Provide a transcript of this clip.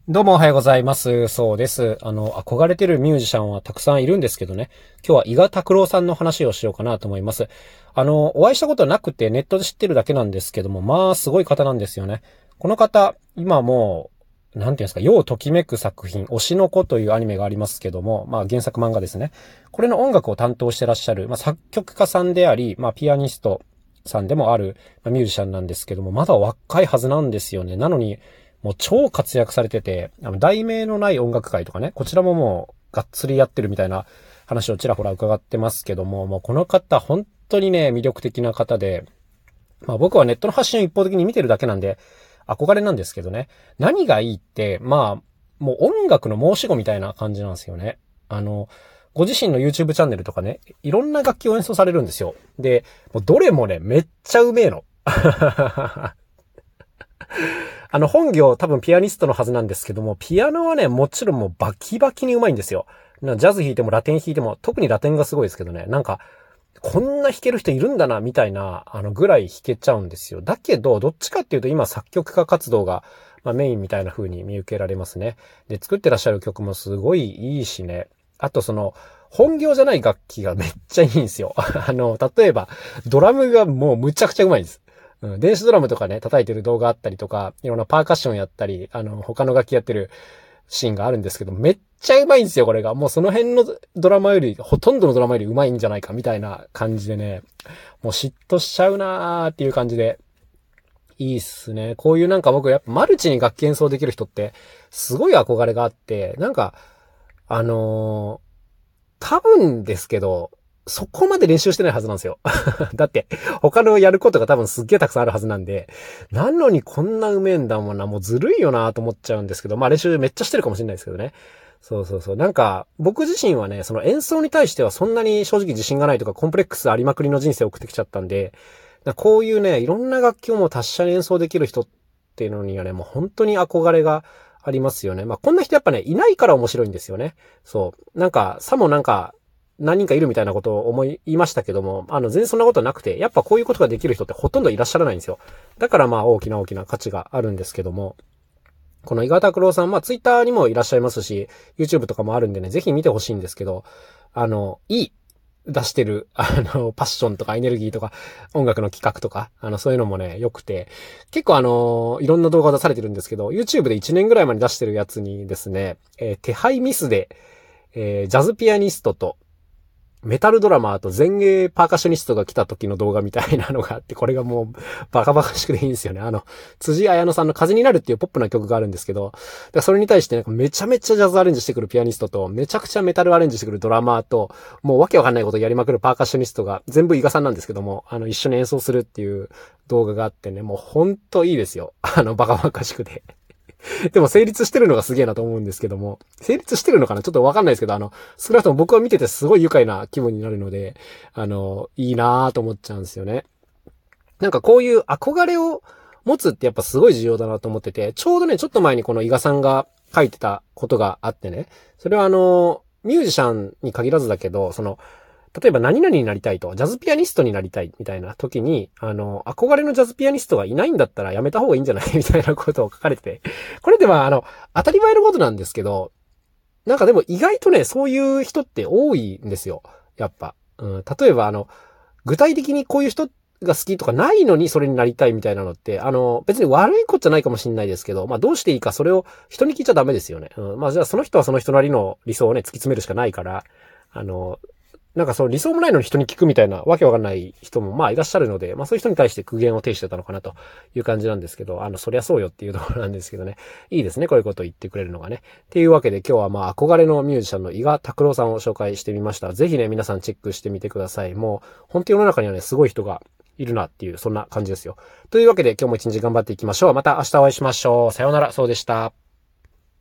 どうもおはようございます。そうです。憧れてるミュージシャンはたくさんいるんですけどね。今日は伊賀拓郎さんの話をしようかなと思います。お会いしたことはなくてネットで知ってるだけなんですけども、まあ、すごい方なんですよね。この方、今もう、なんていうんですか、世をときめく作品、推しの子というアニメがありますけども、まあ原作漫画ですね。これの音楽を担当してらっしゃる、まあ作曲家さんであり、まあピアニストさんでもある、まあ、ミュージシャンなんですけども、まだ若いはずなんですよね。なのに、もう超活躍されてて、題名のない音楽会とかね、こちらももうがっつりやってるみたいな話をちらほら伺ってますけども、もうこの方本当にね、魅力的な方で、まあ僕はネットの発信を一方的に見てるだけなんで、憧れなんですけどね。何がいいって、まあ、もう音楽の申し子みたいな感じなんですよね。ご自身の YouTube チャンネルとかね、いろんな楽器を演奏されるんですよ。で、もうどれもね、めっちゃうめえの。本業多分ピアニストのはずなんですけども、ピアノはね、もちろんもうバキバキに上手いんですよ。ジャズ弾いてもラテン弾いても、特にラテンがすごいですけどね、なんか、こんな弾ける人いるんだな、みたいな、ぐらい弾けちゃうんですよ。だけど、どっちかっていうと今作曲家活動が、まあ、メインみたいな風に見受けられますね。で、作ってらっしゃる曲もすごいいいしね。あと本業じゃない楽器がめっちゃいいんですよ。例えば、ドラムがもうむちゃくちゃ上手いんです。うん、電子ドラムとかね、叩いてる動画あったりとか、いろんなパーカッションやったり、他の楽器やってるシーンがあるんですけど、めっちゃ上手いんですよ、これが。もうその辺のドラマより、ほとんどのドラマより上手いんじゃないか、みたいな感じでね、もう嫉妬しちゃうなーっていう感じで、いいっすね。こういうなんか僕やっぱマルチに楽器演奏できる人って、すごい憧れがあって、なんか、あのー多分ですけど、そこまで練習してないはずなんですよ。だって、他のやることが多分すっげえたくさんあるはずなんで、なのにこんなうめえんだもんな、もうずるいよなと思っちゃうんですけど、まあ練習めっちゃしてるかもしれないですけどね。そうそうそう。なんか、僕自身はね、その演奏に対してはそんなに正直自信がないとか、コンプレックスありまくりの人生を送ってきちゃったんで、こういうね、いろんな楽器をもう達者に演奏できる人っていうのにはね、もう本当に憧れがありますよね。まあ、こんな人やっぱね、いないから面白いんですよね。そう。なんか、さもなんか、何人かいるみたいなことを言いましたけども、全然そんなことなくて、やっぱこういうことができる人ってほとんどいらっしゃらないんですよ。だからまあ、大きな大きな価値があるんですけども、この伊賀拓郎さん、まあ、ツイッターにもいらっしゃいますし、YouTube とかもあるんでね、ぜひ見てほしいんですけど、いい。出してる、パッションとかエネルギーとか、音楽の企画とか、そういうのもね、良くて、結構いろんな動画を出されてるんですけど、YouTube で1年ぐらい前に出してるやつにですね、手配ミスで、ジャズピアニストと、メタルドラマーと前衛パーカッショニストが来た時の動画みたいなのがあって、これがもうバカバカしくていいんですよね。辻彩乃さんの風になるっていうポップな曲があるんですけど、それに対してなんかめちゃめちゃジャズアレンジしてくるピアニストと、めちゃくちゃメタルアレンジしてくるドラマーと、もうわけわかんないことやりまくるパーカッショニストが、全部伊賀さんなんですけども、一緒に演奏するっていう動画があってね、もうほんといいですよ。バカバカしくて。でも成立してるのがすげえなと思うんですけども、成立してるのかなちょっとわかんないですけど、少なくとも僕は見ててすごい愉快な気分になるので、いいなぁと思っちゃうんですよね。なんかこういう憧れを持つってやっぱすごい重要だなと思ってて、ちょうどね、ちょっと前にこの伊賀さんが書いてたことがあってね、それはミュージシャンに限らずだけど、例えば何々になりたいと、ジャズピアニストになりたいみたいな時に、憧れのジャズピアニストがいないんだったらやめた方がいいんじゃないみたいなことを書かれてて、これでは当たり前のことなんですけど、なんかでも意外とね、そういう人って多いんですよ。やっぱ。うん、例えば具体的にこういう人が好きとかないのにそれになりたいみたいなのって、別に悪いことじゃないかもしれないですけど、まあどうしていいかそれを人に聞いちゃダメですよね。うん、まあじゃあその人はその人なりの理想をね、突き詰めるしかないから、なんかその理想もないのに人に聞くみたいなわけわかんない人もまあいらっしゃるので、まあそういう人に対して苦言を呈してたのかなという感じなんですけど、そりゃそうよっていうところなんですけどね。いいですね、こういうことを言ってくれるのがね。っていうわけで今日はまあ憧れのミュージシャンの伊賀拓郎さんを紹介してみました。ぜひね、皆さんチェックしてみてください。もう、本当世の中にはね、すごい人がいるなっていう、そんな感じですよ。というわけで今日も一日頑張っていきましょう。また明日お会いしましょう。さようなら、そうでした。